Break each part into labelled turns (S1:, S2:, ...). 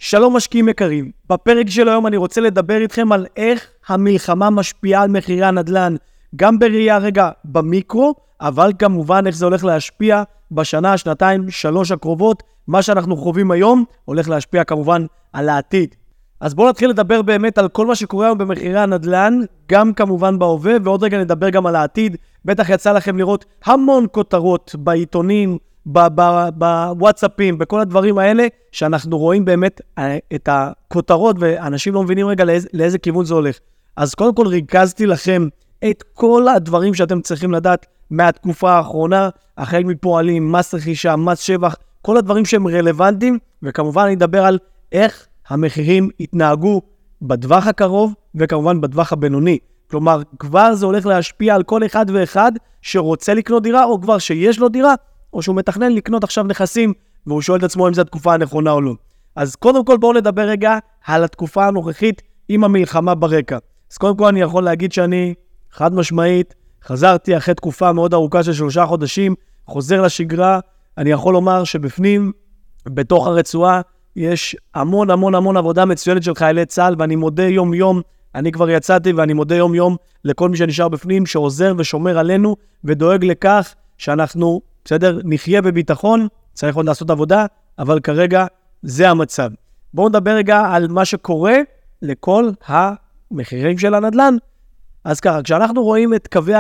S1: שלום משקיעים יקרים, בפרק של היום אני רוצה לדבר איתכם על איך המלחמה משפיעה על מחירי הנדל"ן, גם בראייה רגע במיקרו, אבל כמובן איך זה הולך להשפיע בשנה, שנתיים, 3 הקרובות. מה שאנחנו חווים היום הולך להשפיע כמובן על העתיד. אז בואו נתחיל לדבר באמת על כל מה שקורה היום במחירי הנדל"ן, גם כמובן בהווה, ועוד רגע נדבר גם על העתיד. בטח יצא לכם לראות המון כותרות בעיתונים, בוואטסאפים, בכל הדברים האלה, שאנחנו רואים באמת את הכותרות, ואנשים לא מבינים רגע לאיזה כיוון זה הולך. אז קודם כל ריכזתי לכם את כל הדברים שאתם צריכים לדעת מהתקופה האחרונה, החל מפועלים, מס רכישה, מס שבח, כל הדברים שהם רלוונטיים, וכמובן אני אדבר על איך המחירים יתנהגו בטווח הקרוב, וכמובן בטווח הבינוני. כלומר, כבר זה הולך להשפיע על כל אחד ואחד שרוצה לקנות דירה, או כבר שיש לו דירה, או שהוא מתכנן לקנות עכשיו נכסים, והוא שואל את עצמו אם זו התקופה הנכונה או לא. אז קודם כל בואו נדבר רגע על התקופה הנוכחית עם המלחמה ברקע. אז קודם כל אני יכול להגיד שאני חד משמעית, חזרתי אחרי תקופה מאוד ארוכה של 3 חודשים, חוזר לשגרה. אני יכול לומר שבפנים, בתוך הרצועה, יש המון עבודה מצוינת של חיילי צה"ל, ואני מודה יום יום, אני כבר יצאתי ואני מודה יום יום לכל מי שנשאר בפנים, שעוזר ושומר עלינו, ודואג לכך שאנחנו, בסדר, נחיה בביטחון. צריך עוד לעשות עבודה, אבל כרגע זה המצב. בואו נדבר רגע על מה שקורה לכל המחירים של הנדל"ן. אז ככה, כשאנחנו רואים את קווי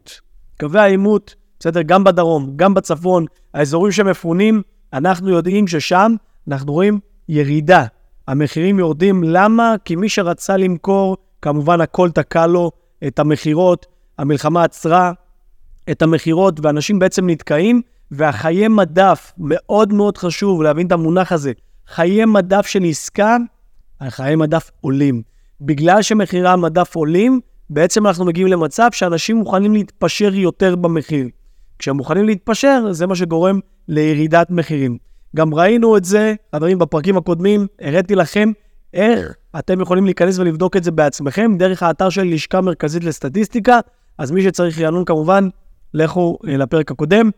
S1: העימות, בסדר, גם בדרום, גם בצפון, האזורים שמפונים, אנחנו יודעים ששם אנחנו רואים ירידה. המחירים יורדים. למה? כי מי שרצה למכור, כמובן הכל תקע לו את המחירות, המלחמה עצרה את המחירות, ואנשים בעצם נתקעים, והחיי מדף, מאוד מאוד חשוב להבין את המונח הזה, חיי מדף של עסקה, החיי מדף עולים. בגלל שמחירי המדף עולים, בעצם אנחנו מגיעים למצב שאנשים מוכנים להתפשר יותר במחיר. כשהם מוכנים להתפשר, זה מה שגורם לירידת מחירים. גם ראינו את זה, חברים, בפרקים הקודמים, הראיתי לכם איך אתם יכולים להיכנס ולבדוק את זה בעצמכם, דרך האתר של לשכה מרכזית לסטטיסטיקה. אז מי שצריך רענון כמובן, לכו לפרק הקודם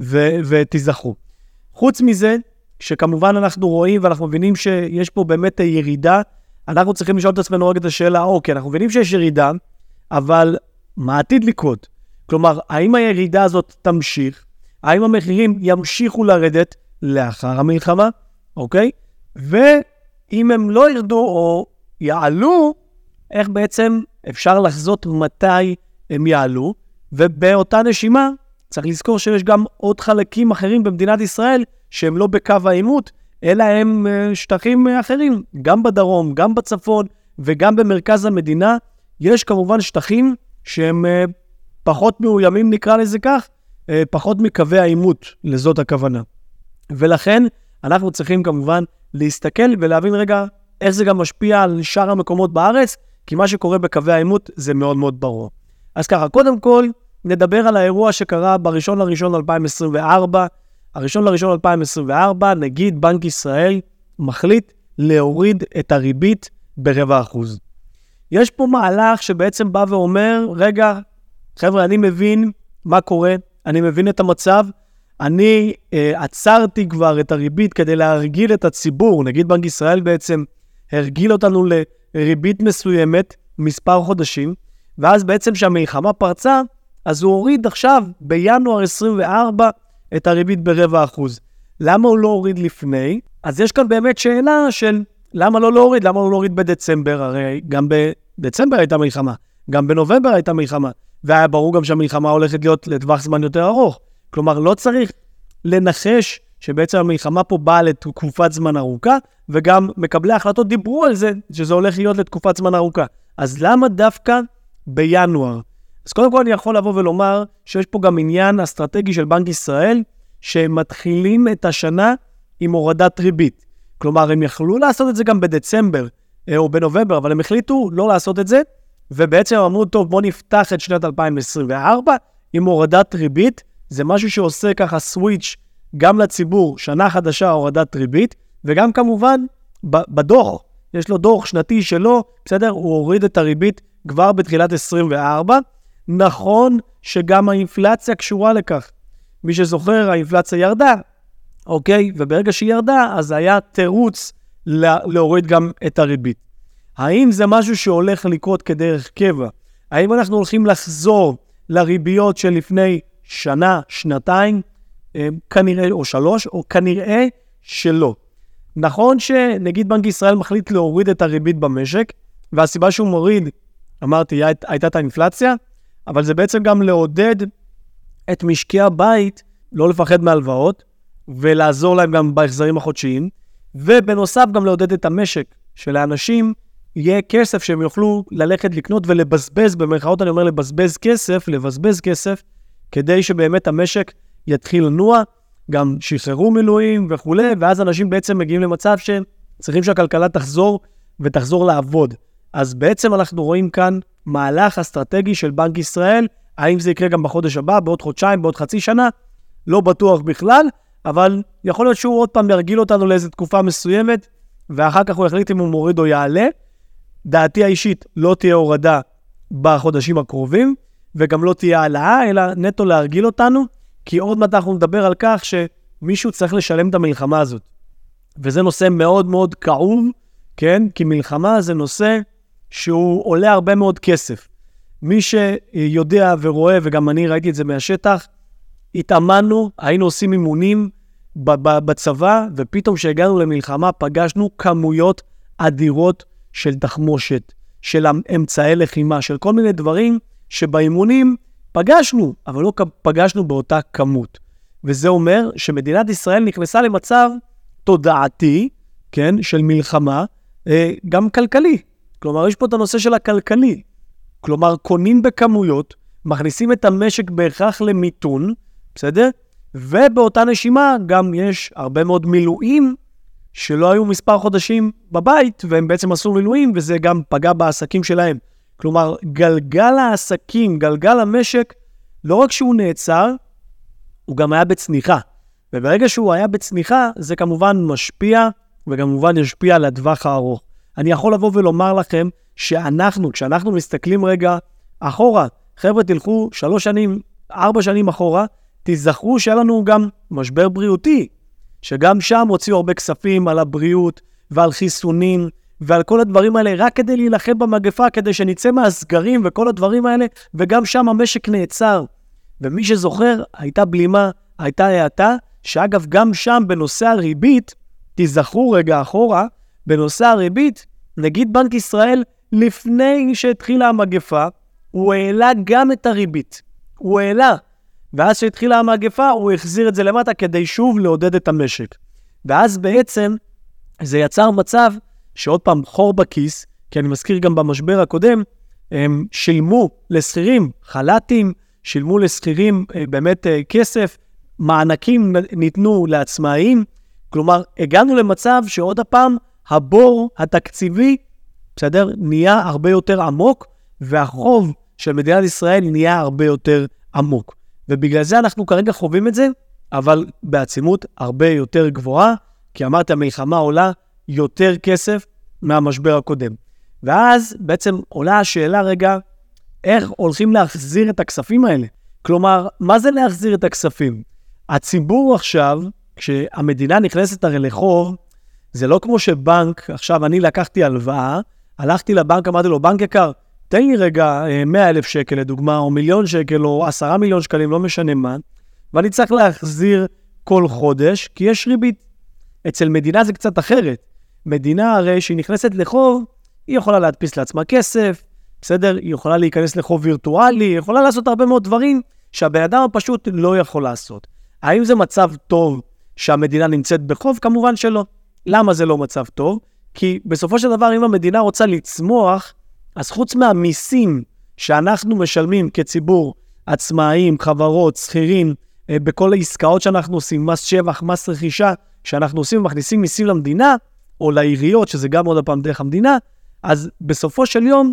S1: ותזכרו. חוץ מזה, שכמובן אנחנו רואים ואנחנו מבינים שיש פה באמת ירידה, אנחנו צריכים לשאול את עצמנו רגע את השאלה, אוקיי, אנחנו מבינים שיש ירידה, אבל מה עתיד לקרות? כלומר, האם הירידה הזאת תמשיך? האם המחירים ימשיכו לרדת לאחר המלחמה? אוקיי? ואם הם לא ירדו או יעלו, איך בעצם אפשר לחזות מתי הם יעלו? ובאותה נשימה, צריך לזכור שיש גם עוד חלקים אחרים במדינת ישראל, שהם לא בקו העימות, אלא הם שטחים אחרים, גם בדרום, גם בצפון, וגם במרכז המדינה. יש כמובן שטחים שהם פחות מאוימים, נקרא לזה כך, פחות מקווי העימות, לזאת הכוונה. ולכן אנחנו צריכים כמובן להסתכל ולהבין רגע איך זה גם משפיע על שאר המקומות בארץ, כי מה שקורה בקווי העימות זה מאוד מאוד ברור. אז ככה, קודם כל נדבר על האירוע שקרה ב1.1.2024. ה1.1.2024, נגיד בנק ישראל מחליט להוריד את הריבית ב0.25%. יש פה מהלך שבעצם בא ואומר, רגע, חבר'ה, אני מבין מה קורה, אני מבין את המצב, אני עצרתי כבר את הריבית כדי להרגיל את הציבור. נגיד בנק ישראל בעצם הרגיל אותנו לריבית מסוימת מספר חודשים, ואז בעצם שהמלחמה פרצה, אז הוא הוריד עכשיו בינואר 24 את הריבית ב0.25%. למה הוא לא הוריד לפני? אז יש כאן באמת שאלה של למה לא להוריד? למה לא להוריד בדצמבר? הרי גם בדצמבר הייתה מלחמה, גם בנובמבר הייתה מלחמה, והיה ברור גם שהמלחמה הולכת להיות לטווח זמן יותר ארוך. כלומר, לא צריך לנחש שבעצם המלחמה פה באה לתקופת זמן ארוכה, וגם מקבלי ההחלטות דיברו על זה, שזה הולך להיות לתקופת זמן ארוכה. אז למה דווקא בינואר? אז קודם כל אני יכול לבוא ולומר שיש פה גם עניין אסטרטגי של בנק ישראל, שמתחילים את השנה עם הורדת ריבית. כלומר, הם יכלו לעשות את זה גם בדצמבר או בנובמבר, אבל הם החליטו לא לעשות את זה, ובעצם אמרו, טוב, בוא נפתח את שנת 2024 עם הורדת ריבית. זה משהו שעושה ככה סוויץ' גם לציבור, שנה חדשה הורדת ריבית, וגם כמובן בדוח, יש לו דוח שנתי שלו, בסדר? הוא הוריד את הריבית כבר בתחילת 24. נכון שגם האינפלציה קשורה לכך. מי שזוכר, האינפלציה ירדה, אוקיי? וברגע שהיא ירדה, אז היה תירוץ להוריד גם את הריבית. האם זה משהו שהולך לקרות כדרך קבע? האם אנחנו הולכים לחזור לריביות של לפני שנה, שנתיים, כנראה או 3, או כנראה שלא. נכון שנגיד בנק ישראל מחליט להוריד את הריבית במשק, והסיבה שהוא מוריד, אמרתי, הייתה את האינפלציה, אבל זה בעצם גם לעודד את משקי הבית, לא לפחד מהלוואות, ולעזור להם גם בהחזרים החודשיים, ובנוסף גם לעודד את המשק של האנשים, יהיה כסף שהם יוכלו ללכת לקנות ולבזבז, במרכאות אני אומר לבזבז כסף, כדי שבאמת המשק יתחיל לנוע, גם שחררו מילואים וכו', ואז אנשים בעצם מגיעים למצב שהם צריכים שהכלכלה תחזור ותחזור לעבוד. אז בעצם אנחנו רואים כאן מהלך אסטרטגי של בנק ישראל, האם זה יקרה גם בחודש הבא, בעוד חודשיים, בעוד חצי שנה, לא בטוח בכלל, אבל יכול להיות שהוא עוד פעם ירגיל אותנו לאיזו תקופה מסוימת, ואחר כך הוא יחליט אם הוא מוריד או יעלה. דעתי האישית לא תהיה הורדה בחודשים הקרובים, וגם לא תהיה העלאה, אלא נטו להרגיל אותנו, כי עוד מעט אנחנו נדבר על כך שמישהו צריך לשלם את המלחמה הזאת. וזה נושא מאוד מאוד כאוב, כן? כי מלחמה זה נושא שהוא עולה הרבה מאוד כסף. מי שיודע ורואה, וגם אני ראיתי את זה מהשטח, התאמנו, היינו עושים אימונים בצבא, ופתאום שהגענו למלחמה פגשנו כמויות אדירות של תחמושת, של אמצעי לחימה, של כל מיני דברים שבאימונים פגשנו, אבל לא פגשנו באותה כמות. וזה אומר שמדינת ישראל נכנסה למצב תודעתי, כן, של מלחמה, גם כלכלי. כלומר, יש פה את הנושא של הכלכלי. כלומר, קונים בכמויות, מכניסים את המשק בהכרח למיתון, בסדר? ובאותה נשימה גם יש הרבה מאוד מילואים שלא היו מספר חודשים בבית, והם בעצם עשו מילואים, וזה גם פגע בעסקים שלהם. כלומר, גלגל העסקים, גלגל המשק, לא רק שהוא נעצר, הוא גם היה בצניחה. וברגע שהוא היה בצניחה, זה כמובן משפיע, וכמובן ישפיע על הטווח הארוך. אני יכול לבוא ולומר לכם כשאנחנו מסתכלים רגע אחורה, חבר'ה תלכו 3 שנים, 4 שנים אחורה, תזכרו שהיה לנו גם משבר בריאותי, שגם שם הוציאו הרבה כספים על הבריאות ועל חיסונים ועל כל הדברים האלה, רק כדי להילחם במגפה, כדי שנצא מהסגרים וכל הדברים האלה, וגם שם המשק נעצר. ומי שזוכר, הייתה בלימה, הייתה האטה, שאגב גם שם בנושא הריבית, תזכרו רגע אחורה, בנושא הריבית, נגיד בנק ישראל, לפני שהתחילה המגפה, הוא העלה גם את הריבית. הוא העלה. ואז שהתחילה המגפה, הוא החזיר את זה למטה כדי שוב לעודד את המשק. ואז בעצם זה יצר מצב שעוד פעם חור בכיס, כי אני מזכיר גם במשבר הקודם, הם שילמו לסחירים חל"תים, שילמו לסחירים באמת כסף, מענקים ניתנו לעצמאים, כלומר הגענו למצב שעוד הפעם הבור התקציבי, בסדר, נהיה הרבה יותר עמוק, והחוב של מדינת ישראל נהיה הרבה יותר עמוק. ובגלל זה אנחנו כרגע חווים את זה, אבל בעצימות הרבה יותר גבוהה, כי אמרתי, המלחמה עולה יותר כסף מהמשבר הקודם. ואז בעצם עולה השאלה רגע, איך הולכים להחזיר את הכספים האלה? כלומר, מה זה להחזיר את הכספים? הציבור עכשיו, כשהמדינה נכנסת הרי לחוב, זה לא כמו שבנק, עכשיו אני לקחתי הלוואה, הלכתי לבנק, אמרתי לו, בנק יקר, תן לי רגע 100,000 שקל לדוגמה, או 1,000,000 שקל, או 10 מיליון שקלים, לא משנה מה, ואני צריך להחזיר כל חודש, כי יש ריבית. אצל מדינה זה קצת אחרת. מדינה הרי שהיא נכנסת לחוב, היא יכולה להדפיס לעצמה כסף, בסדר? היא יכולה להיכנס לחוב וירטואלי, היא יכולה לעשות הרבה מאוד דברים שהבן אדם פשוט לא יכול לעשות. האם זה מצב טוב שהמדינה נמצאת בחוב? כמובן שלא. למה זה לא מצב טוב? כי בסופו של דבר, אם המדינה רוצה לצמוח, אז חוץ מהמיסים שאנחנו משלמים כציבור, עצמאים, חברות, שכירים, בכל העסקאות שאנחנו עושים, מס שבח, מס רכישה, שאנחנו עושים ומכניסים מיסים למדינה, או לעיריות, שזה גם עוד הפעם דרך המדינה, אז בסופו של יום,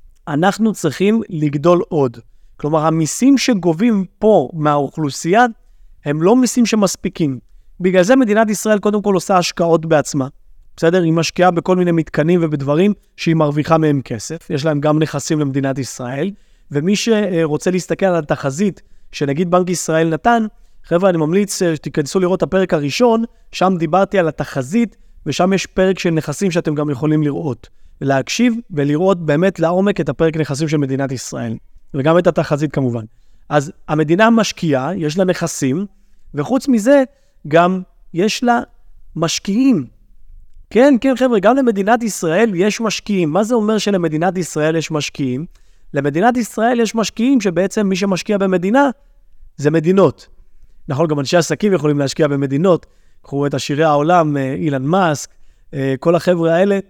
S1: אנחנו צריכים לגדול עוד. כלומר, המיסים שגובים פה מהאוכלוסייה, הם לא מיסים שמספיקים. בגלל זה מדינת ישראל קודם כל עושה השקעות בעצמה. בסדר? היא משקיעה בכל מיני מתקנים ובדברים שהיא מרוויחה מהם כסף. יש להם גם נכסים למדינת ישראל. ומי שרוצה להסתכל על התחזית שנגיד בנק ישראל נתן, חבר'ה, אני ממליץ שתיכנסו לראות את הפרק הראשון, שם דיברתי על התחזית, ושם יש פרק של נכסים שאתם גם יכולים לראות, להקשיב ולראות באמת לעומק את הפרק נכסים של מדינת ישראל, וגם את התחזית כמובן. אז המדינה משקיעה, יש לה נכסים, וחוץ מזה גם יש לה משקיעים. כן, חבר'ה, גם למדינת ישראל יש משקיעים. מה זה אומר שלמדינת ישראל יש משקיעים? למדינת ישראל יש משקיעים שבעצם מי שמשקיע במדינה זה מדינות. נכון, גם אנשי עסקים יכולים להשקיע במדינות. קחו את עשירי העולם, אילן מאסק, כל החבר'ה האלה,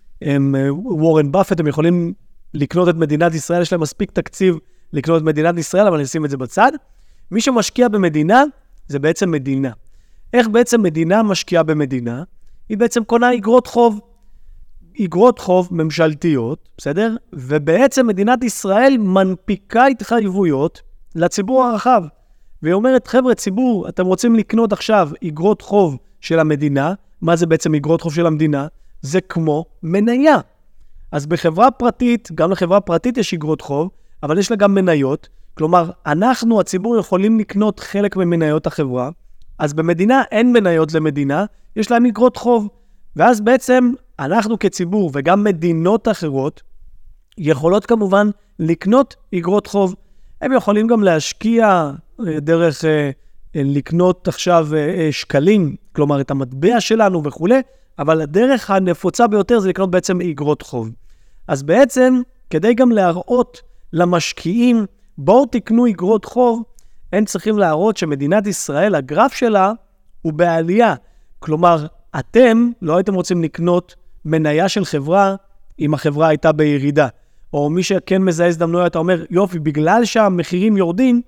S1: וורן באפט, הם יכולים לקנות את מדינת ישראל, יש להם מספיק תקציב לקנות את מדינת ישראל, אבל נשים את זה בצד. מי שמשקיע במדינה זה בעצם מדינה. איך בעצם מדינה משקיעה במדינה? היא בעצם קונה איגרות חוב ממשלתיות, בסדר? ובעצם מדינת ישראל מנפיקה התחייבויות לציבור הרחב. והיא אומרת, חבר'ה, ציבור, אתם רוצים לקנות עכשיו איגרות חוב של המדינה. מה זה בעצם איגרות חוב של המדינה? זה כמו מניה. אז בחברה פרטית, גם לחברה פרטית יש איגרות חוב, אבל יש לה גם מניות. כלומר, אנחנו, הציבור, יכולים לקנות חלק ממניות החברה. אז במדינה אין מניות למדינה, יש להם איגרות חוב. ואז בעצם אנחנו כציבור וגם מדינות אחרות יכולות כמובן לקנות איגרות חוב. הם יכולים גם להשקיע דרך לקנות עכשיו שקלים, כלומר את המטבע שלנו וכו', אבל הדרך הנפוצה ביותר זה לקנות בעצם איגרות חוב. אז בעצם כדי גם להראות למשקיעים, בואו תקנו איגרות חוב, הם צריכים להראות שמדינת ישראל, הגרף שלה הוא בעלייה. כלומר, אתם לא הייתם רוצים לקנות מניה של חברה אם החברה הייתה בירידה. או מי שכן מזהה הזדמנויות, אתה אומר, יופי, בגלל שהמחירים יורדים,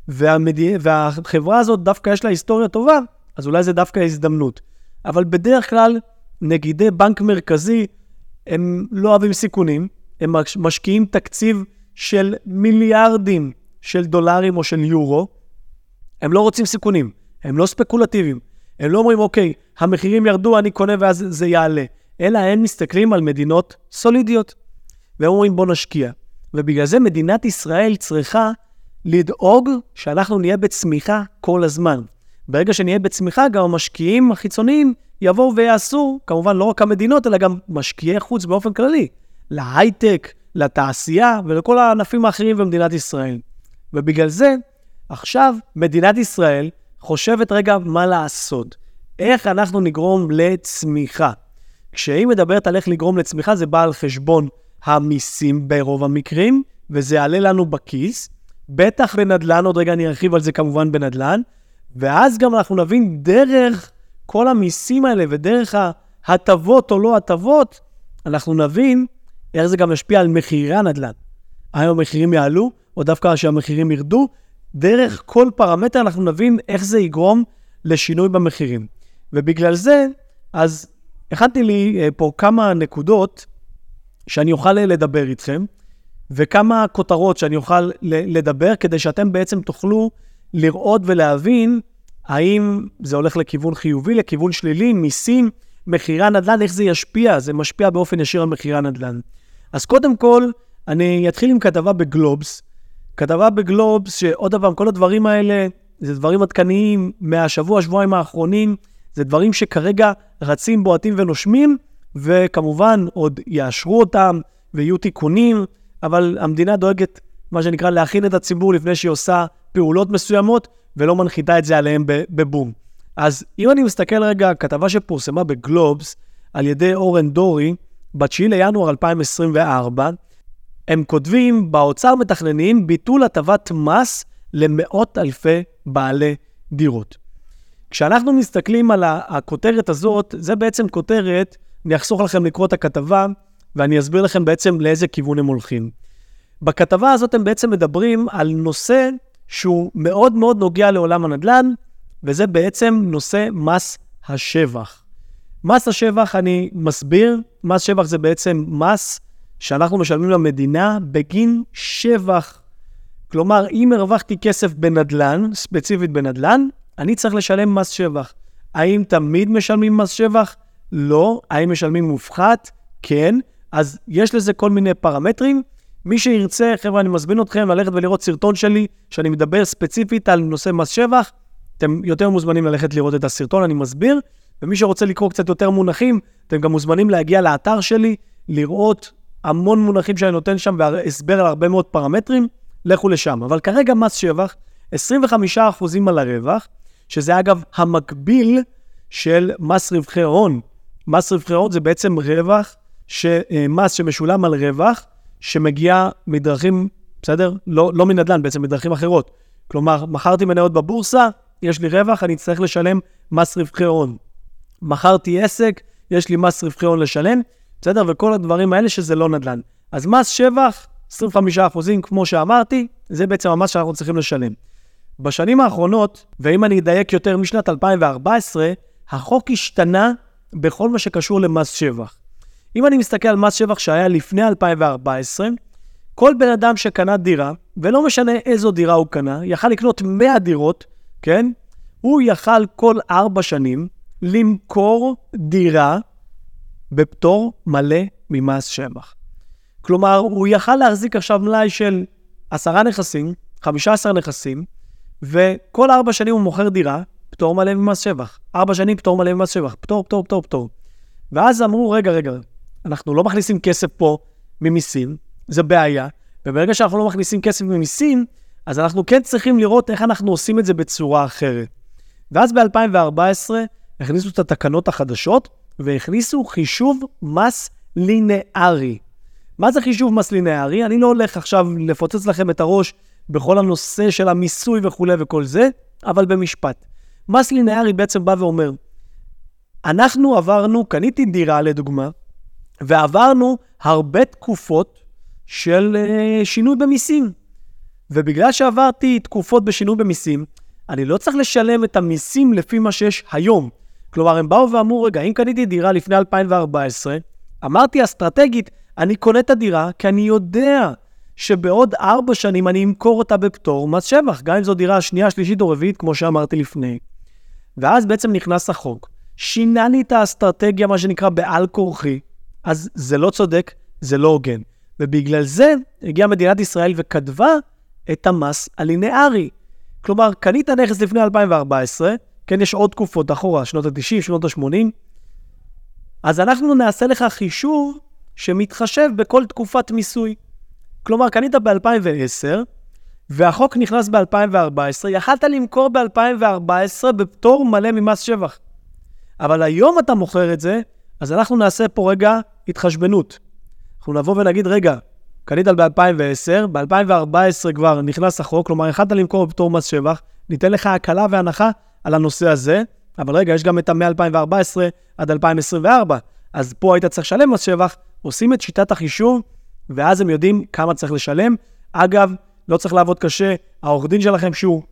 S1: והחברה הזאת דווקא יש לה היסטוריה טובה, אז אולי זה דווקא הזדמנות. אבל בדרך כלל, נגידי בנק מרכזי, הם לא אוהבים סיכונים, הם משקיעים תקציב של מיליארדים של דולרים או של יורו, הם לא רוצים סיכונים, הם לא ספקולטיביים, הם לא אומרים, אוקיי, המחירים ירדו, אני קונה ואז זה יעלה, אלא הם מסתכלים על מדינות סולידיות, והם אומרים, בוא נשקיע. ובגלל זה מדינת ישראל צריכה לדאוג שאנחנו נהיה בצמיחה כל הזמן. ברגע שנהיה בצמיחה, גם המשקיעים החיצוניים יבואו ויעשו, כמובן לא רק המדינות, אלא גם משקיעי חוץ באופן כללי, להייטק, לתעשייה ולכל הענפים האחרים במדינת ישראל. ובגלל זה, עכשיו מדינת ישראל חושבת רגע מה לעשות. איך אנחנו נגרום לצמיחה. כשהיא מדברת על איך לגרום לצמיחה, זה בא על חשבון המיסים ברוב המקרים, וזה יעלה לנו בכיס, בטח בנדלן, עוד רגע אני ארחיב על זה כמובן בנדלן, ואז גם אנחנו נבין דרך כל המיסים האלה, ודרך ההטבות או לא הטבות, אנחנו נבין איך זה גם משפיע על מחירי הנדלן. האם המחירים יעלו, או דווקא שהמחירים ירדו, דרך כל פרמטר אנחנו נבין איך זה יגרום לשינוי במחירים. ובגלל זה, אז הכנתי לי פה כמה נקודות שאני אוכל לדבר איתכם, וכמה כותרות שאני אוכל לדבר, כדי שאתם בעצם תוכלו לראות ולהבין האם זה הולך לכיוון חיובי, לכיוון שלילי, מיסים, מחירי הנדל"ן, איך זה ישפיע? זה משפיע באופן ישיר על מחירי הנדל"ן. אז קודם כל, אני אתחיל עם כתבה בגלובס, שעוד דבר, כל הדברים האלה, זה דברים עדכניים מהשבוע, שבועיים האחרונים, זה דברים שכרגע רצים, בועטים ונושמים, וכמובן עוד יאשרו אותם ויהיו תיקונים, אבל המדינה דואגת, מה שנקרא, להכין את הציבור לפני שהיא עושה פעולות מסוימות, ולא מנחיתה את זה עליהם בבום. אז אם אני מסתכל רגע, כתבה שפורסמה בגלובס, על ידי אורן דורי, ב9 לינואר 2024, הם כותבים, באוצר מתכננים ביטול הטבת מס למאות אלפי בעלי דירות. כשאנחנו מסתכלים על הכותרת הזאת, זה בעצם כותרת, אני אחסוך לכם לקרוא את הכתבה, ואני אסביר לכם בעצם לאיזה כיוון הם הולכים. בכתבה הזאת הם בעצם מדברים על נושא שהוא מאוד מאוד נוגע לעולם הנדל"ן, וזה בעצם נושא מס השבח. מס השבח אני מסביר, מס שבח זה בעצם מס שאנחנו משלמים למדינה בגין שבח. כלומר, אם הרווחתי כסף בנדל"ן, ספציפית בנדל"ן, אני צריך לשלם מס שבח. האם תמיד משלמים מס שבח? לא. האם משלמים מופחת? כן. אז יש לזה כל מיני פרמטרים. מי שירצה, חבר'ה, אני מזמין אתכם ללכת ולראות סרטון שלי, שאני מדבר ספציפית על נושא מס שבח. אתם יותר מוזמנים ללכת לראות את הסרטון, אני מסביר. ומי שרוצה לקרוא קצת יותר מונחים, אתם גם מוזמנים להגיע לאתר שלי, לראות המון מונחים שאני נותן שם, והסבר על הרבה מאוד פרמטרים, לכו לשם. אבל כרגע מס שבח, 25% על הרווח, שזה אגב המקביל של מס רווחי הון. מס רווחי הון זה בעצם רווח, מס שמשולם על רווח, שמגיע מדרכים, בסדר? לא מנדל"ן, בעצם מדרכים אחרות. כלומר, מכרתי מניות בבורסה, יש לי רווח, אני צריך לשלם מס רווחי הון. מכרתי עסק, יש לי מס רווחי הון לשלם, בסדר? וכל הדברים האלה שזה לא נדל"ן. אז מס שבח, 25%, כמו שאמרתי, זה בעצם המס שאנחנו צריכים לשלם. בשנים האחרונות, ואם אני אדייק יותר משנת 2014, החוק השתנה בכל מה שקשור למס שבח. אם אני מסתכל על מס שבח שהיה לפני 2014, כל בן אדם שקנה דירה, ולא משנה איזו דירה הוא קנה, יכל לקנות 100 דירות, כן? הוא יכל כל 4 שנים למכור דירה בפטור מלא ממס שבח. כלומר, הוא יכל להחזיק עכשיו מלאי של 10 נכסים, 15 נכסים, וכל 4 שנים הוא מוכר דירה, פטור מלא ממס שבח. 4 שנים פטור מלא ממס שבח. פטור. ואז אמרו, רגע, אנחנו לא מכניסים כסף פה ממיסים, זה בעיה, וברגע שאנחנו לא מכניסים כסף ממיסים, אז אנחנו כן צריכים לראות איך אנחנו עושים את זה בצורה אחרת. ואז ב-2014 הכניסו את התקנות החדשות, והכניסו חישוב מס לינארי. מה זה חישוב מס לינארי? אני לא הולך עכשיו לפוצץ לכם את הראש בכל הנושא של המיסוי וכו' וכל זה, אבל במשפט. מס לינארי בעצם בא ואומר, אנחנו עברנו, קניתי דירה לדוגמה, ועברנו הרבה תקופות של שינוי במיסים. ובגלל שעברתי תקופות בשינוי במיסים, אני לא צריך לשלם את המיסים לפי מה שיש היום. כלומר, הם באו ואמרו, רגע, אם קניתי דירה לפני 2014, אמרתי אסטרטגית, אני קונה את הדירה, כי אני יודע שבעוד 4 שנים אני אמכור אותה בפטור מס שבח, גם אם זו דירה שנייה, שלישית או רביעית, כמו שאמרתי לפני. ואז בעצם נכנס החוק. שינה לי את האסטרטגיה, מה שנקרא בעל כורחי, אז זה לא צודק, זה לא הוגן. ובגלל זה הגיעה מדינת ישראל וכתבה את המס הלינארי. כלומר, קנית נכס לפני 2014, כן, יש עוד תקופות אחורה, שנות ה-90, שנות ה-80, אז אנחנו נעשה לך חישוב שמתחשב בכל תקופת מיסוי. כלומר, קנית ב-2010, והחוק נכנס ב-2014, יכלת למכור ב-2014 בפטור מלא ממס שבח. אבל היום אתה מוכר את זה, אז אנחנו נעשה פה רגע התחשבנות. אנחנו נבוא ונגיד, רגע, קנית ב-2010, ב-2014 כבר נכנס החוק, כלומר, יכלת למכור בפטור מס שבח, ניתן לך הקלה והנחה על הנושא הזה, אבל רגע, יש גם את מ-2014 עד 2024, אז פה היית צריך לשלם מס שבח, עושים את שיטת החישוב, ואז הם יודעים כמה צריך לשלם. אגב, לא צריך לעבוד קשה, העורך דין שלכם שהוא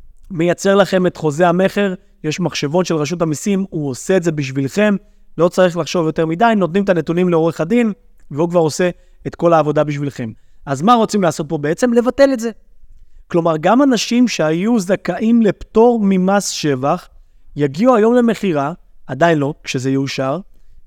S1: מייצר לכם את חוזה המחר, יש מחשבון של רשות המיסים, הוא עושה את זה בשבילכם, לא צריך לחשוב יותר מדי, נותנים את הנתונים לעורך הדין, והוא כבר עושה את כל העבודה בשבילכם. אז מה רוצים לעשות פה בעצם? לבטל את זה. כלומר, גם אנשים שהיו זכאים לפטור ממס שבח, יגיעו היום למחירה, עדיין לא, כשזה יאושר,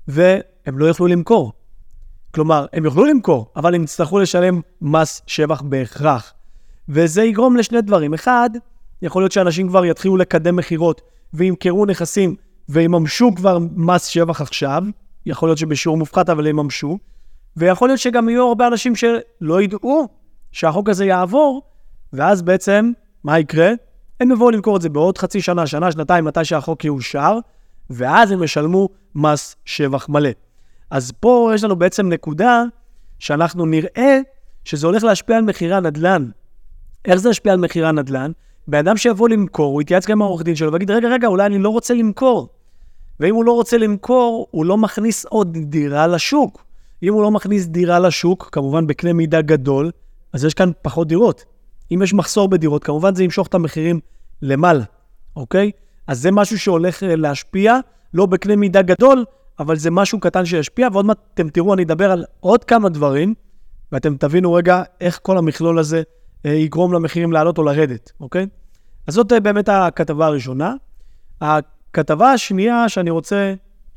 S1: והם לא יוכלו למכור. כלומר, הם יוכלו למכור, אבל הם יצטרכו לשלם מס שבח בהכרח. וזה יגרום לשני דברים. אחד, יכול להיות שאנשים כבר יתחילו לקדם מחירות, וימכרו נכסים, ויממשו כבר מס שבח עכשיו, יכול להיות שבשיעור מופחת, אבל יממשו, ויכול להיות שגם יהיו הרבה אנשים שלא ידעו שהחוק הזה יעבור, ואז בעצם, מה יקרה? הם יבואו למכור את זה בעוד חצי שנה, שנה, שנתיים, מתי שהחוק יאושר, ואז הם ישלמו מס שבח מלא. אז פה יש לנו בעצם נקודה שאנחנו נראה שזה הולך להשפיע על מחירי הנדל"ן. איך זה ישפיע על מחירי הנדל"ן? באדם שיבוא למכור, הוא יתייעץ גם עם העורך דין שלו, ויגיד, רגע, אולי אני לא רוצה למכור. ואם הוא לא רוצה למכור, הוא לא מכניס עוד דירה לשוק. אם הוא לא מכניס דירה לשוק, כמובן בקנה מידה גדול, אז יש כאן פחות דירות. אם יש מחסור בדירות, כמובן זה ימשוך את המחירים למעלה, אוקיי? אז זה משהו שהולך להשפיע, לא בקנה מידה גדול, אבל זה משהו קטן שישפיע, ועוד מעט אתם תראו, אני אדבר על עוד כמה דברים, ואתם תבינו רגע איך כל המכלול הזה יגרום למחירים לעלות או לרדת, אוקיי? אז זאת באמת הכתבה הראשונה. הכתבה השנייה שאני רוצה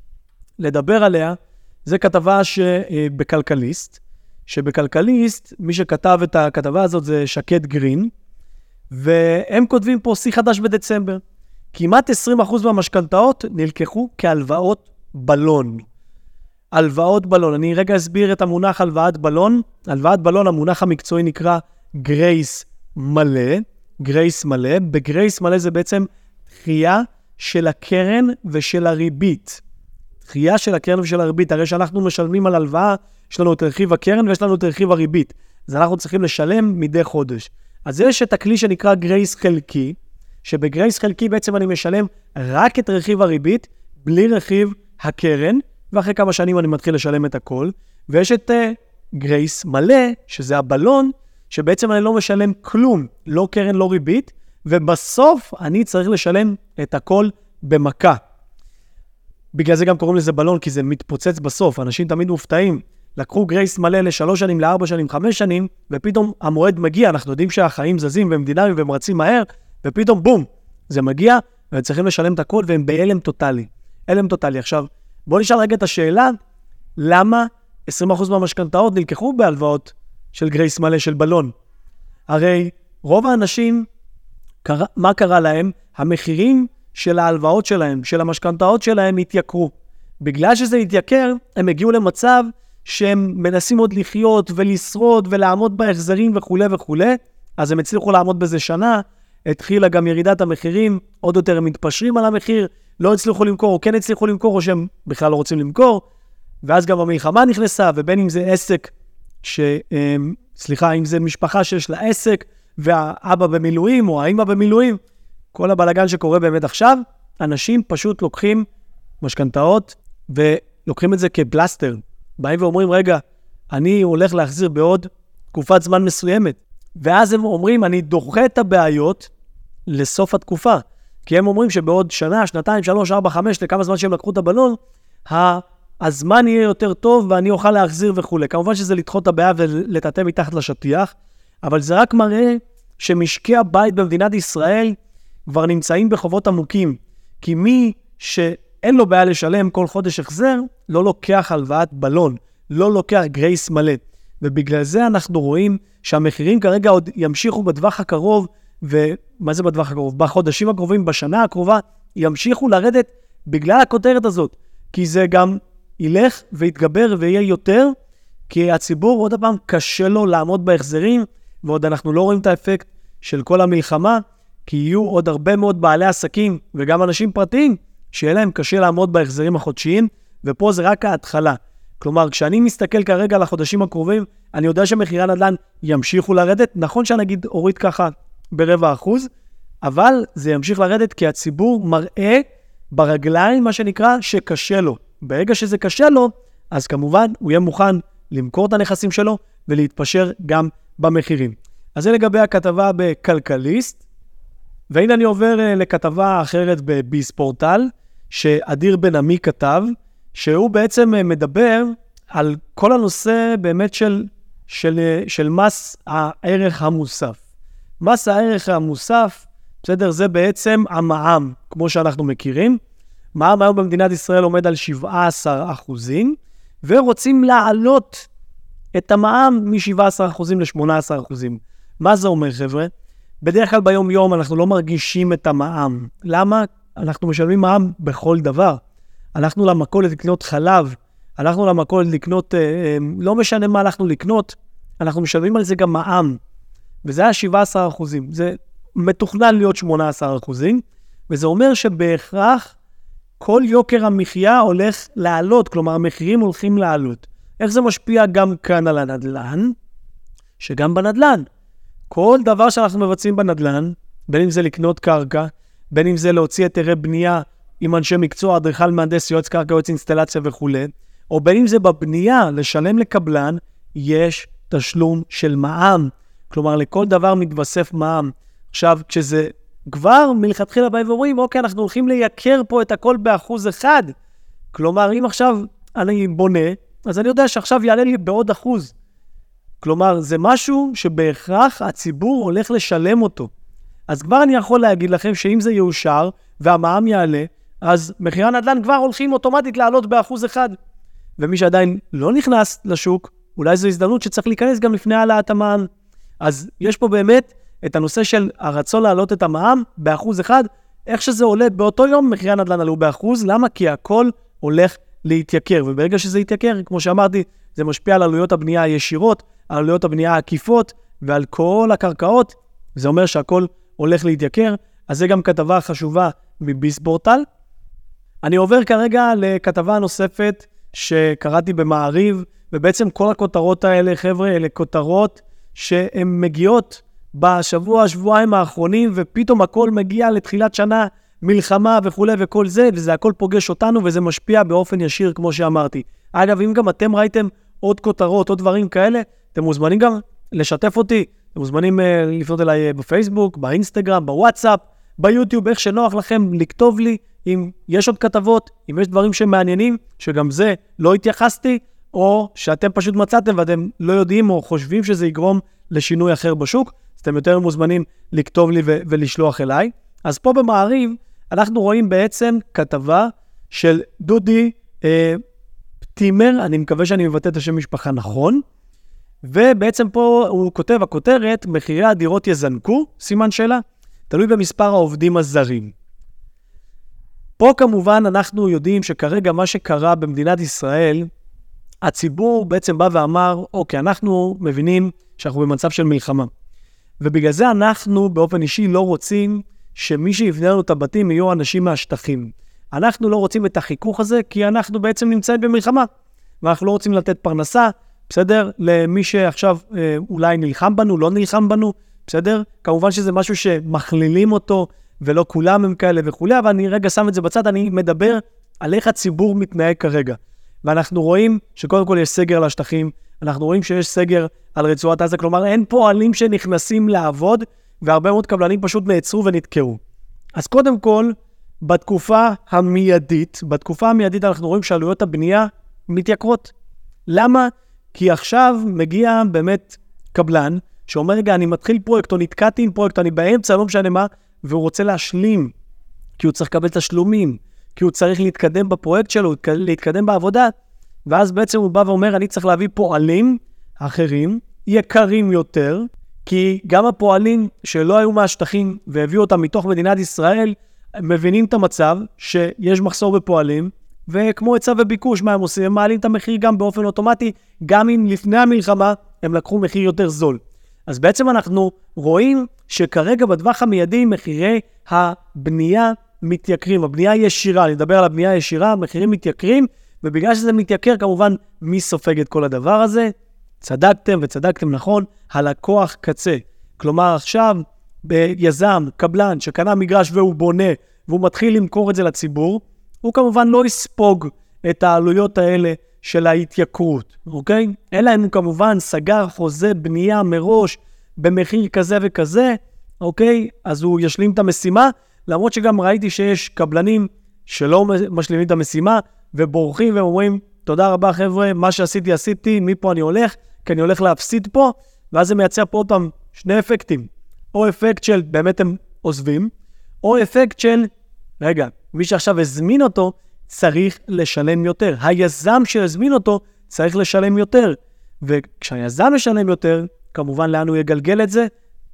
S1: לדבר עליה, זה כתבה שבכלכליסט, שבכלכליסט, מי שכתב את הכתבה הזאת זה שקד גרין, והם כותבים פה שיא חדש בדצמבר. כמעט 20% מהמשכנתאות נלקחו כהלוואות בלון. הלוואות בלון, אני רגע אסביר את המונח הלוואת בלון. הלוואת בלון, המונח המקצועי נקרא גרייס מלא. גרייס מלא. בגרייס מלא זה בעצם דחייה של הקרן ושל הריבית. דחייה של הקרן ושל הריבית. הרי שאנחנו משלמים על הלוואה, יש לנו את רכיב הקרן ויש לנו את רכיב הריבית. אז אנחנו צריכים לשלם מדי חודש. אז יש את הכלי שנקרא גרייס חלקי, שבגרייס חלקי בעצם אני משלם רק את רכיב הריבית, בלי רכיב הקרן, ואחרי כמה שנים אני מתחיל לשלם את הכל. ויש את גרייס מלא, שזה הבלון, שבעצם אני לא משלם כלום, לא קרן, לא ריבית, ובסוף אני צריך לשלם את הכל במכה. בגלל זה גם קוראים לזה בלון, כי זה מתפוצץ בסוף. אנשים תמיד מופתעים. לקחו גרייס מלא ל3 שנים, ל4 שנים, 5 שנים, ופתאום המועד מגיע. אנחנו יודעים שהחיים זזים והם דינמיים והם רצים מהר, ופתאום בום, זה מגיע, והם צריכים לשלם את הכל, והם בהלם טוטלי. הלם טוטלי. עכשיו, בואו נשאל רגע את השאלה, למה 20% מהמשכנתאות נלקחו בהלוואות של גרייס מלא, של בלון? הרי רוב האנשים, מה קרה להם? המחירים של ההלוואות שלהם, של המשכנתאות שלהם, התייקרו. בגלל שזה התייקר, הם הגיעו למצב שהם מנסים עוד לחיות ולשרוד ולעמוד בהחזרים וכו' וכו'. אז הם הצליחו לעמוד בזה שנה, התחילה גם ירידת המחירים, עוד יותר הם מתפשרים על המחיר, לא הצליחו למכור או כן הצליחו למכור או שהם בכלל לא רוצים למכור, ואז גם המלחמה נכנסה, ובין אם זה עסק, אם זה משפחה שיש לה עסק, והאבא במילואים או האמא במילואים, כל הבלגן שקורה באמת עכשיו, אנשים פשוט לוקחים משכנתאות ולוקחים את זה כפלסטר. באים ואומרים, רגע, אני הולך להחזיר בעוד תקופת זמן מסוימת. ואז הם אומרים, אני דוחה את הבעיות לסוף התקופה. כי הם אומרים שבעוד שנה, שנתיים, 3, 4, 5, לכמה זמן שהם לקחו את הבלון, הזמן יהיה יותר טוב ואני אוכל להחזיר וכו'. כמובן שזה לדחות את הבעיה ולטאטא מתחת לשטיח, אבל זה רק מראה שמשקי הבית במדינת ישראל כבר נמצאים בחובות עמוקים. כי מי שאין לו בעיה לשלם כל חודש החזר, לא לוקח הלוואת בלון, לא לוקח גרייס מלא. ובגלל זה אנחנו רואים שהמחירים כרגע עוד ימשיכו בטווח הקרוב, ומה זה בטווח הקרוב? בחודשים הקרובים, בשנה הקרובה, ימשיכו לרדת בגלל הכותרת הזאת. כי זה גם ילך ויתגבר ויהיה יותר, כי הציבור עוד הפעם קשה לו לעמוד בהחזרים, ועוד אנחנו לא רואים את האפקט של כל המלחמה, כי יהיו עוד הרבה מאוד בעלי עסקים, וגם אנשים פרטיים, שיהיה להם קשה לעמוד בהחזרים החודשיים, ופה זה רק ההתחלה. כלומר, כשאני מסתכל כרגע על החודשים הקרובים, אני יודע שמחירי הנדל"ן ימשיכו לרדת, נכון שנגיד הוריד ככה ב0.25%, אבל זה ימשיך לרדת כי הציבור מראה ברגליים, מה שנקרא, שקשה לו. ברגע שזה קשה לו, אז כמובן הוא יהיה מוכן למכור את הנכסים שלו ולהתפשר גם במחירים. אז זה לגבי הכתבה בכלכליסט, והנה אני עובר לכתבה אחרת בביספורטל, שאדיר בן עמי כתב, שהוא בעצם מדבר על כל הנושא באמת של מס הערך המוסף. מס הערך המוסף, בסדר, זה בעצם המע"מ, כמו שאנחנו מכירים. מע"מ היום במדינת ישראל עומד על 17%, ורוצים להעלות את המע"מ מ-17% ל-18%. מה זה אומר, חבר'ה? בדרך כלל ביום יום אנחנו לא מרגישים את המע"מ. למה? אנחנו משלמים מע"מ בכל דבר. הלכנו למכולת לקנות חלב, הלכנו למכולת לקנות, לא משנה מה הלכנו לקנות, אנחנו משלמים על זה גם מע"מ. וזה היה 17%. זה מתוכנן להיות 18%. וזה אומר שבהכרח כל יוקר המחיה הולך לעלות, כלומר המחירים הולכים לעלות. איך זה משפיע גם כאן על הנדל"ן? שגם בנדל"ן. כל דבר שאנחנו מבצעים בנדל"ן, בין אם זה לקנות קרקע, בין אם זה להוציא היתרי בנייה עם אנשי מקצוע, אדריכל, מהנדס, יועץ קרקע, יועץ אינסטלציה וכו', או בין אם זה בבנייה, לשלם לקבלן, יש תשלום של מע"מ. כלומר, לכל דבר מתווסף מע"מ. עכשיו, כשזה כבר מלכתחילה באים ואומרים, אוקיי, אנחנו הולכים לייקר פה את הכל ב1%. כלומר, אם עכשיו אני בונה, אז אני יודע שעכשיו יעלה לי בעוד 1%. כלומר, זה משהו שבהכרח הציבור הולך לשלם אותו. אז כבר אני יכול להגיד לכם שאם זה יאושר והמע"מ יעלה, אז מחירי הנדל"ן כבר הולכים אוטומטית לעלות ב1%. ומי שעדיין לא נכנס לשוק, אולי זו הזדמנות שצריך להיכנס גם לפני העלאת המע"מ. אז יש פה באמת את הנושא של הרצון להעלות את המע"מ ב1%, איך שזה עולה באותו יום, מחירי הנדל"ן עלו באחוז. למה? כי הכל הולך להתייקר, וברגע שזה יתייקר, כמו שאמרתי, זה משפיע על עלויות הבנייה הישירות, על עלויות הבנייה העקיפות, ועל כל הקרקעות. זה אומר שהכל הולך להתייקר. אז זה גם כתבה חשובה מביספורטל. אני עובר כרגע לכתבה נוספת שקראתי במעריב, ובעצם כל הכותרות האלה, חבר'ה, אלה כותרות שהן מגיעות בשבוע, שבועיים האחרונים, ופתאום הכל מגיע לתחילת שנה, מלחמה וכו' וכל זה, וזה הכל פוגש אותנו, וזה משפיע באופן ישיר, כמו שאמרתי. אגב, אם גם אתם ראיתם עוד כותרות, עוד דברים כאלה, אתם מוזמנים גם לשתף אותי, אתם מוזמנים לפנות אליי בפייסבוק, באינסטגרם, בוואטסאפ, ביוטיוב, איך שנוח לכם לכתוב לי, אם יש עוד כתבות, אם יש דברים שמעניינים, שגם זה לא התייחסתי, או שאתם פשוט מצאתם ואתם לא יודעים או חושבים שזה יגרום לשינוי אחר בשוק, אז אתם יותר מוזמנים לכתוב לי ולשלוח אליי. אז פה במעריב, אנחנו רואים בעצם כתבה של דודי פטימר, אני מקווה שאני מבטא את השם משפחה נכון, ובעצם פה הוא כותב, הכותרת, מחירי הדירות יזנקו, סימן שאלה, תלוי במספר העובדים הזרים. פה כמובן אנחנו יודעים שכרגע מה שקרה במדינת ישראל, הציבור בעצם בא ואמר, אוקיי, אנחנו מבינים שאנחנו במצב של מלחמה. ובגלל זה אנחנו באופן אישי לא רוצים שמי שיבנה לנו את הבתים יהיו אנשים מהשטחים. אנחנו לא רוצים את החיכוך הזה, כי אנחנו בעצם נמצאים במלחמה. ואנחנו לא רוצים לתת פרנסה, בסדר? למי שעכשיו אולי נלחם בנו, לא נלחם בנו, בסדר? כמובן שזה משהו שמכלילים אותו, ולא כולם הם כאלה וכו', אבל אני רגע שם את זה בצד, אני מדבר על איך הציבור מתנהג כרגע. ואנחנו רואים שקודם כל יש סגר לשטחים, אנחנו רואים שיש סגר על רצועת עזה, כלומר אין פועלים שנכנסים לעבוד, והרבה מאוד קבלנים פשוט נעצרו ונתקעו. אז קודם כל, בתקופה המיידית אנחנו רואים שעלויות הבנייה מתייקרות. למה? כי עכשיו מגיע באמת קבלן, שאומר רגע, אני מתחיל פרויקט, או נתקעתי עם פרויקט, אני באמצע, לא משנה מה, והוא רוצה להשלים, כי הוא צריך לקבל תשלומים, כי הוא צריך להתקדם בפרויקט שלו, להתקדם בעבודה, ואז בעצם הוא בא ואומר, אני צריך להביא פועלים אחרים, יקרים יותר, כי גם הפועלים שלא היו מהשטחים, והביאו אותם מתוך מדינת ישראל, מבינים את המצב שיש מחסור בפועלים, וכמו היצע וביקוש, מה הם עושים? הם מעלים את המחיר גם באופן אוטומטי, גם אם לפני המלחמה הם לקחו מחיר יותר זול. אז בעצם אנחנו רואים שכרגע בטווח המיידי מחירי הבנייה מתייקרים, הבנייה ישירה, אני מדבר על הבנייה הישירה, המחירים מתייקרים, ובגלל שזה מתייקר כמובן מי סופג את כל הדבר הזה? צדקתם וצדקתם נכון, הלקוח קצה. כלומר עכשיו ביזם, קבלן שקנה מגרש והוא בונה, והוא מתחיל למכור את זה לציבור, הוא כמובן לא יספוג את העלויות האלה של ההתייקרות, אוקיי? אלא אם הוא כמובן סגר חוזה בנייה מראש במחיר כזה וכזה, אוקיי? אז הוא ישלים את המשימה, למרות שגם ראיתי שיש קבלנים שלא משלימים את המשימה, ובורחים ואומרים, תודה רבה חבר'ה, מה שעשיתי, מפה אני הולך, כי אני הולך להפסיד פה, ואז זה מייצר פה עוד פעם שני אפקטים. או אפקט של באמת הם עוזבים, או אפקט של, רגע, מי שעכשיו הזמין אותו, צריך לשלם יותר. היזם שהזמין אותו, צריך לשלם יותר. וכשהיזם משלם יותר, כמובן לאן הוא יגלגל את זה?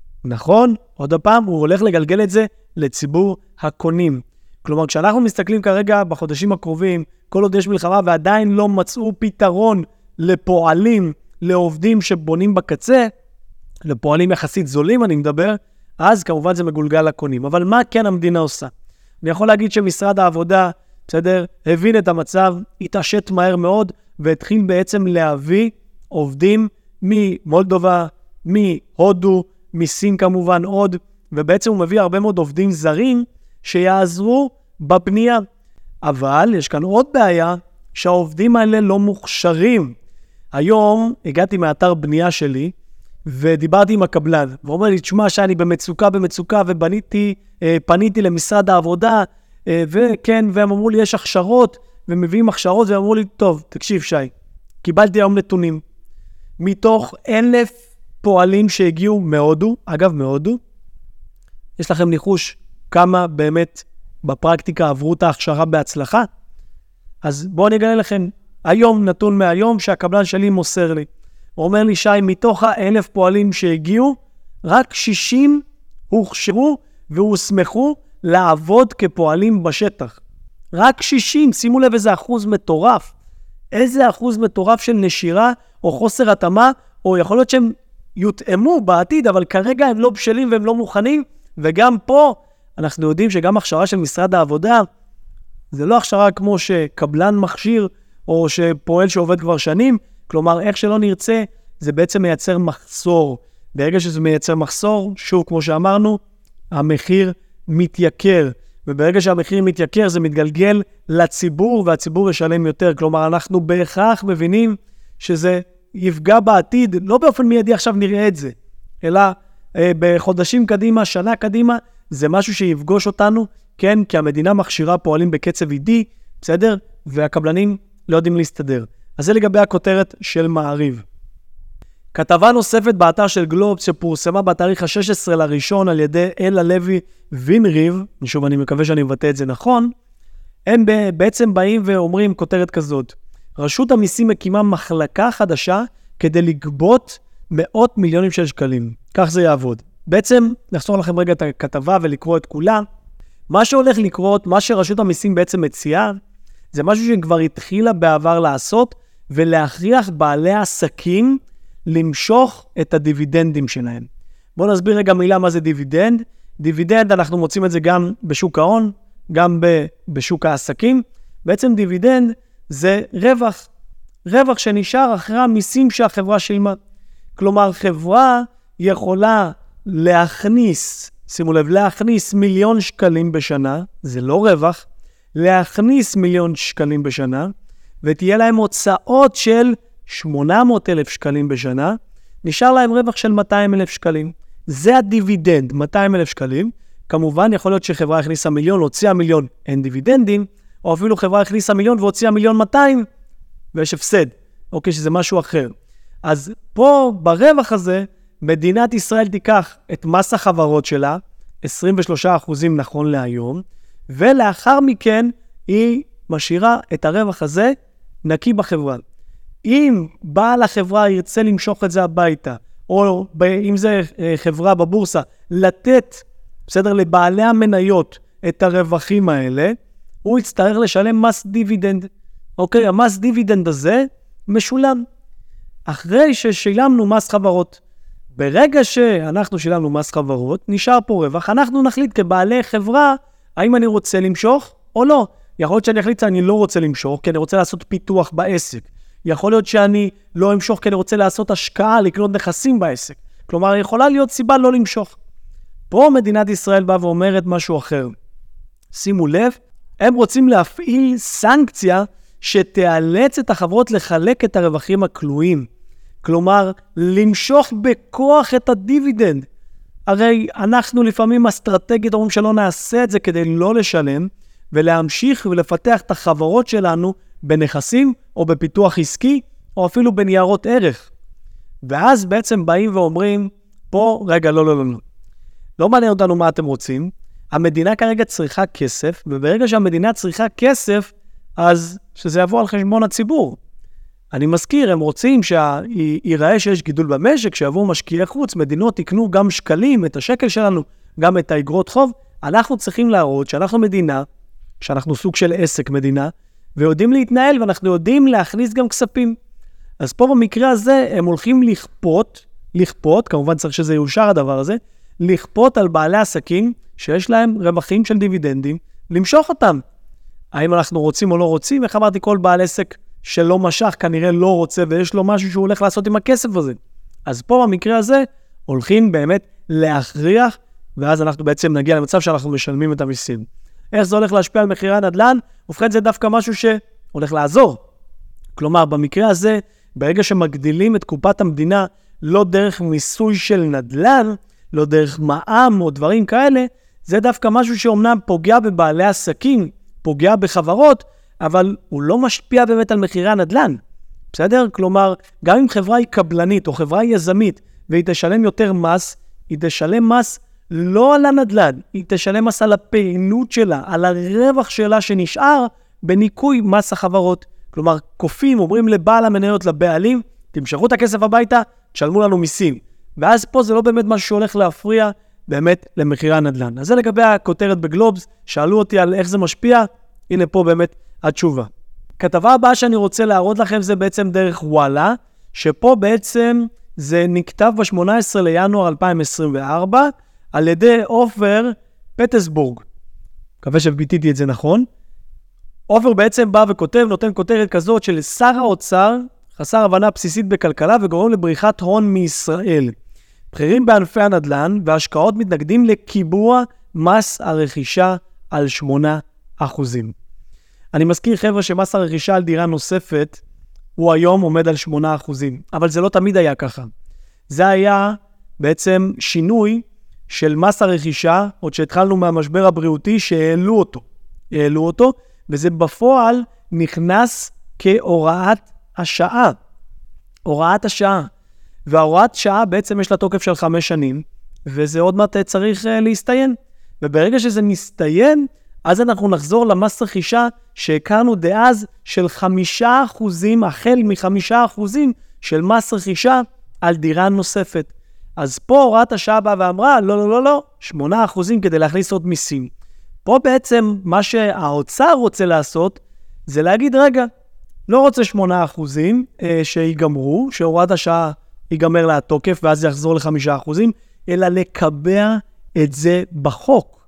S1: נכון, עוד הפעם, הוא הולך לגלגל את זה לציבור הקונים. כלומר, כשאנחנו מסתכלים כרגע בחודשים הקרובים, כל עוד יש מלחמה ועדיין לא מצאו פתרון לפועלים, לעובדים שבונים בקצה, לפועלים יחסית זולים, אני מדבר, אז כמובן זה מגולגל לקונים. אבל מה כן המדינה עושה? אני יכול להגיד שמשרד העבודה, בסדר, הבין את המצב, התעשת מהר מאוד, והתחיל בעצם להביא עובדים ממולדובה, מהודו, מסין כמובן עוד, ובעצם הוא מביא הרבה מאוד עובדים זרים שיעזרו בבנייה. אבל יש כאן עוד בעיה, שהעובדים האלה לא מוכשרים. היום הגעתי מאתר בנייה שלי, ודיברתי עם הקבלן, ואומר לי, תשמע שאני במצוקה, פניתי למשרד העבודה, וכן, והם אמרו לי, יש הכשרות, ומביאים הכשרות, והם אמרו לי, טוב, תקשיב שי, קיבלתי היום נתונים, מתוך 1,000 פועלים שהגיעו מהודו, אגב מהודו, יש לכם ניחוש כמה באמת בפרקטיקה עברו את ההכשרה בהצלחה? אז בואו אני אגלה לכם, היום נתון מהיום שהקבלן שלי מוסר לי, הוא אומר לי, שי, מתוך 1,000 פועלים שהגיעו, רק 60 הוכשרו והוסמכו לעבוד כפועלים בשטח. רק 60, שימו לב איזה אחוז מטורף. איזה אחוז מטורף של נשירה או חוסר התאמה, או יכול להיות שהם יותאמו בעתיד, אבל כרגע הם לא בשלים והם לא מוכנים, וגם פה אנחנו יודעים שגם הכשרה של משרד העבודה, זה לא הכשרה כמו שקבלן מכשיר, או שפועל שעובד כבר שנים, כלומר איך שלא נרצה, זה בעצם מייצר מחסור. ברגע שזה מייצר מחסור, שוב כמו שאמרנו, המחיר מתייקר, וברגע שהמחיר מתייקר זה מתגלגל לציבור, והציבור ישלם יותר. כלומר, אנחנו בהכרח מבינים שזה יפגע בעתיד, לא באופן מיידי עכשיו נראה את זה, אלא בחודשים קדימה, שנה קדימה, זה משהו שיפגוש אותנו, כן, כי המדינה מכשירה פועלים בקצב אידי, בסדר? והקבלנים לא יודעים להסתדר. אז זה לגבי הכותרת של מעריב. כתבה נוספת באתר של גלובס שפורסמה בתאריך ה-16 לראשון על ידי אלה לוי וינריב, שוב אני מקווה שאני מבטא את זה נכון, הם בעצם באים ואומרים כותרת כזאת, רשות המיסים מקימה מחלקה חדשה כדי לגבות מאות מיליונים של שקלים. כך זה יעבוד. בעצם, נחזור לכם רגע את הכתבה ולקרוא את כולה. מה שהולך לקרות, מה שרשות המיסים בעצם מציעה, זה משהו שכבר התחילה בעבר לעשות, ולהכריח בעלי העסקים למשוך את הדיבידנדים שלהם. בואו נסביר רגע מילה מה זה דיבידנד. דיבידנד אנחנו מוצאים את זה גם בשוק ההון, גם בשוק העסקים. בעצם דיבידנד זה רווח. רווח שנשאר אחרי המיסים שהחברה שילמה. כלומר, חברה יכולה להכניס, שימו לב, להכניס 1,000,000 שקלים בשנה, זה לא רווח, להכניס 1,000,000 שקלים בשנה, ותהיה להם הוצאות של 800,000 שקלים בשנה, נשאר להם רווח של 200,000 שקלים. זה הדיבידנד, 200,000 שקלים. כמובן, יכול להיות שחברה הכניסה 1,000,000, הוציאה 1,000,000, אין דיבידנדים, או אפילו חברה הכניסה 1,000,000 והוציאה 1,200,000, ויש הפסד. אוקיי, שזה משהו אחר. אז פה, ברווח הזה, מדינת ישראל תיקח את מס החברות שלה, 23% נכון להיום, ולאחר מכן היא משאירה את הרווח הזה נקי בחברה. אם בעל החברה ירצה למשוך את זה הביתה, או אם זה חברה בבורסה, לתת, בסדר, לבעלי המניות את הרווחים האלה, הוא יצטרך לשלם מס דיבידנד. אוקיי, המס דיבידנד הזה משולם. אחרי ששילמנו מס חברות. ברגע שאנחנו שילמנו מס חברות, נשאר פה רווח, אנחנו נחליט כבעלי חברה, האם אני רוצה למשוך או לא. יכול להיות שאני אחליט שאני לא רוצה למשוך, כי אני רוצה לעשות פיתוח בעסק. יכול להיות שאני לא אמשוך, כי אני רוצה לעשות השקעה, לקנות נכסים בעסק. כלומר, יכולה להיות סיבה לא למשוך. פה מדינת ישראל באה ואומרת משהו אחר. שימו לב, הם רוצים להפעיל סנקציה שתיאלץ את החברות לחלק את הרווחים הכלואים. כלומר, למשוך בכוח את הדיבידנד. הרי אנחנו לפעמים אסטרטגית אומרים שלא נעשה את זה כדי לא לשלם, ולהמשיך ולפתח את החברות שלנו בנכסים או בפיתוח עסקי, או אפילו בניירות ערך. ואז בעצם באים ואומרים, פה, רגע, לא. לא מעניין אותנו מה אתם רוצים. המדינה כרגע צריכה כסף, וברגע שהמדינה צריכה כסף, אז שזה יבוא על חשבון הציבור. אני מזכיר, הם רוצים שיראה שיש גידול במשק, שיבואו משקיעי חוץ, מדינות יקנו גם שקלים, את השקל שלנו, גם את האגרות חוב. אנחנו צריכים להראות שאנחנו מדינה, שאנחנו סוג של עסק מדינה, ויודעים להתנהל, ואנחנו יודעים להכניס גם כספים. אז פה במקרה הזה, הם הולכים לכפות, כמובן צריך שזה יאושר הדבר הזה, לכפות על בעלי עסקים, שיש להם רווחים של דיבידנדים, למשוך אותם. האם אנחנו רוצים או לא רוצים? איך אמרתי, כל בעל עסק שלא משך, כנראה לא רוצה, ויש לו משהו שהוא הולך לעשות עם הכסף הזה. אז פה במקרה הזה, הולכים באמת להכריח, ואז אנחנו בעצם נגיע למצב שאנחנו משלמים את המיסים. איך זה הולך להשפיע על מחירי הנדל"ן? ובכן זה דווקא משהו שהולך לעזור. כלומר, במקרה הזה, ברגע שמגדילים את קופת המדינה, לא דרך מיסוי של נדל"ן, לא דרך מע"מ או דברים כאלה, זה דווקא משהו שאומנם פוגע בבעלי עסקים, פוגע בחברות, אבל הוא לא משפיע באמת על מחירי הנדל"ן. בסדר? כלומר, גם אם חברה היא קבלנית או חברה היא יזמית, והיא תשלם יותר מס, היא תשלם מס לא על הנדל"ן, היא תשלם מס על הפעילות שלה, על הרווח שלה שנשאר בניקוי מס החברות. כלומר, קופים, אומרים לבעל המניות, לבעלים, תמשכו את הכסף הביתה, תשלמו לנו מיסים. ואז פה זה לא באמת משהו שהולך להפריע באמת למחירי הנדל"ן. אז זה לגבי הכותרת בגלובס, שאלו אותי על איך זה משפיע, הנה פה באמת התשובה. כתבה הבאה שאני רוצה להראות לכם זה בעצם דרך וואלה, שפה בעצם זה נכתב ב-18 לינואר 2024, על ידי עופר פטסבורג. מקווה שביטיתי את זה נכון. עופר בעצם בא וכותב, נותן כותרת כזאת של שר האוצר, חסר הבנה בסיסית בכלכלה וגורם לבריחת הון מישראל. בכירים בענפי הנדל"ן והשקעות מתנגדים לקיבוע מס הרכישה על 8%. אני מזכיר חבר'ה שמס הרכישה על דירה נוספת הוא היום עומד על 8%, אבל זה לא תמיד היה ככה. זה היה בעצם שינוי של מס הרכישה, עוד שהתחלנו מהמשבר הבריאותי שהעלו אותו, וזה בפועל נכנס כהוראת השעה. הוראת השעה. וההוראת שעה בעצם יש לה תוקף של 5 שנים, וזה עוד מעט צריך להסתיים. וברגע שזה מסתיים, אז אנחנו נחזור למס רכישה שהכרנו דאז של 5%, החל מ5% של מס רכישה על דירה נוספת. אז פה הוראת השעה באה ואמרה, לא, 8% כדי להכניס עוד מיסים. פה בעצם מה שהאוצר רוצה לעשות, זה להגיד, רגע, לא רוצה 8% שיגמרו, שהוראת השעה ייגמר לה התוקף, ואז זה יחזור ל5%, אלא לקבע את זה בחוק.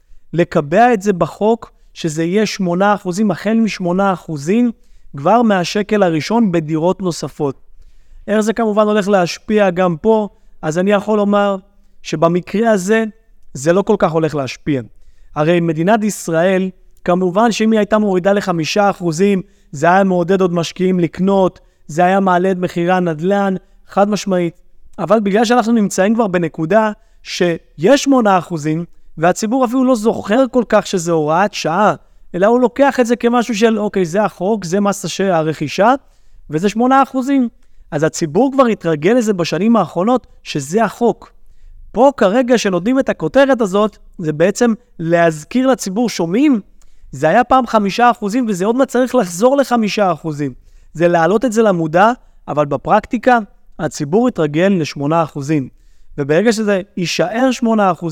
S1: לקבע את זה בחוק, שזה יהיה 8%, החל מ8% כבר מהשקל הראשון בדירות נוספות. איך זה כמובן הולך להשפיע גם פה, אז אני יכול לומר שבמקרה הזה, זה לא כל כך הולך להשפיע. הרי מדינת ישראל, כמובן שאם היא הייתה מורידה ל5%, זה היה מעודד עוד משקיעים לקנות, זה היה מעלה את מחירי הנדל"ן, חד משמעית. אבל בגלל שאנחנו נמצאים כבר בנקודה שיש 8%, והציבור אפילו לא זוכר כל כך שזה הוראת שעה, אלא הוא לוקח את זה כמשהו של, אוקיי, זה החוק, זה מס הרכישה, וזה 8%. אז הציבור כבר התרגל לזה בשנים האחרונות, שזה החוק. פה כרגע שנותנים את הכותרת הזאת, זה בעצם להזכיר לציבור, שומעים? זה היה פעם 5%, וזה עוד מה צריך לחזור ל5%. זה להעלות את זה למודע, אבל בפרקטיקה, הציבור התרגל ל8%. וברגע שזה יישאר 8%,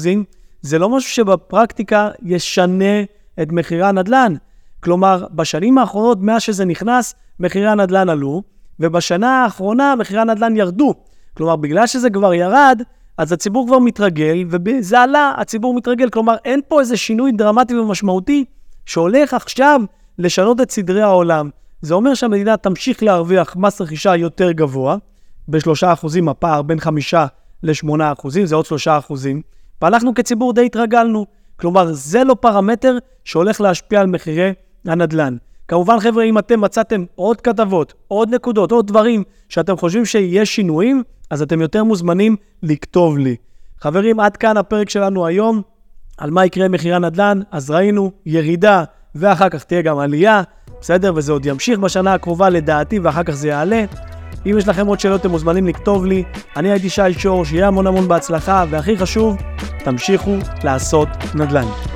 S1: זה לא משהו שבפרקטיקה ישנה את מחירי הנדל"ן. כלומר, בשנים האחרונות, מאז שזה נכנס, מחירי הנדל"ן עלו, ובשנה האחרונה מחירי הנדל"ן ירדו. כלומר, בגלל שזה כבר ירד, אז הציבור כבר מתרגל, וזה עלה, הציבור מתרגל. כלומר, אין פה איזה שינוי דרמטי ומשמעותי, שהולך עכשיו לשנות את סדרי העולם. זה אומר שהמדינה תמשיך להרוויח מס רכישה יותר גבוה, ב3%, הפער בין 5 ל8%, זה עוד 3%, ואנחנו כציבור די התרגלנו. כלומר, זה לא פרמטר שהולך להשפיע על מחירי הנדל"ן. כמובן, חבר'ה, אם אתם מצאתם עוד כתבות, עוד נקודות, עוד דברים שאתם חושבים שיש שינויים, אז אתם יותר מוזמנים לכתוב לי. חברים, עד כאן הפרק שלנו היום, על מה יקרה מחירי הנדל"ן. אז ראינו ירידה, ואחר כך תהיה גם עלייה, בסדר? וזה עוד ימשיך בשנה הקרובה לדעתי, ואחר כך זה יעלה. אם יש לכם עוד שאלות, אתם מוזמנים לכתוב לי. אני הייתי שי שור, שיהיה המון בהצלחה, והכי חשוב, תמשיכו לעשות נדל"ן.